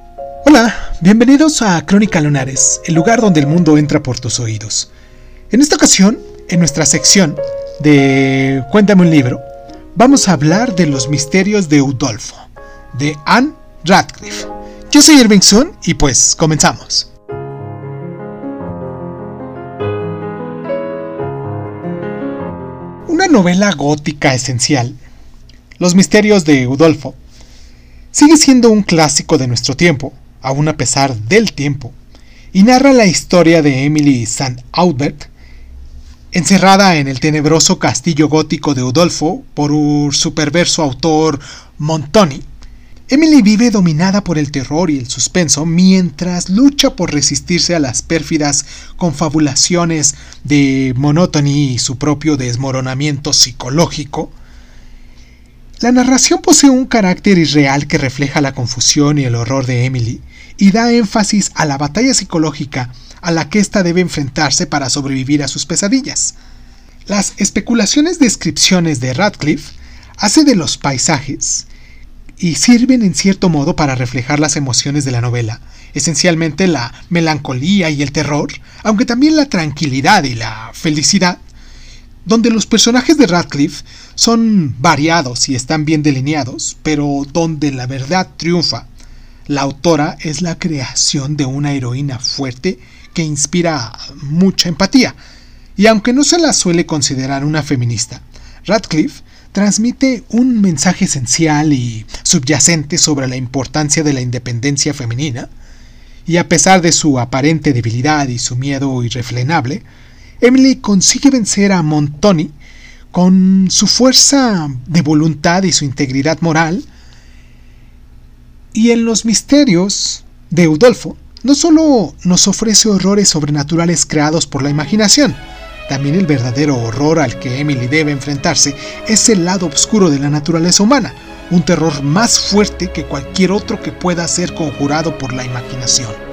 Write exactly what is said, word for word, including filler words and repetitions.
Hola, bienvenidos a Crónica Lunares, el lugar donde el mundo entra por tus oídos. En esta ocasión, en nuestra sección de Cuéntame un libro, vamos a hablar de los misterios de Udolfo, de Anne Radcliffe. Yo soy Irving Sun y pues comenzamos. Una novela gótica esencial, Los misterios de Udolfo, sigue siendo un clásico de nuestro tiempo, aún a pesar del tiempo, y narra la historia de Emily St. Aubert, encerrada en el tenebroso castillo gótico de Udolfo por su perverso autor Montoni. Emily vive dominada por el terror y el suspenso mientras lucha por resistirse a las pérfidas confabulaciones de Montoni y su propio desmoronamiento psicológico. La narración posee un carácter irreal que refleja la confusión y el horror de Emily y da énfasis a la batalla psicológica a la que ésta debe enfrentarse para sobrevivir a sus pesadillas. Las especulaciones descripciones de Radcliffe hace de los paisajes y sirven en cierto modo para reflejar las emociones de la novela, esencialmente la melancolía y el terror, aunque también la tranquilidad y la felicidad, donde los personajes de Radcliffe son variados y están bien delineados, pero donde la verdad triunfa. La autora es la creación de una heroína fuerte que inspira mucha empatía, y aunque no se la suele considerar una feminista, Radcliffe transmite un mensaje esencial y subyacente sobre la importancia de la independencia femenina, y a pesar de su aparente debilidad y su miedo irrefrenable, Emily consigue vencer a Montoni con su fuerza de voluntad y su integridad moral. Y en los misterios de Udolfo, no solo nos ofrece horrores sobrenaturales creados por la imaginación, también el verdadero horror al que Emily debe enfrentarse es el lado oscuro de la naturaleza humana, un terror más fuerte que cualquier otro que pueda ser conjurado por la imaginación.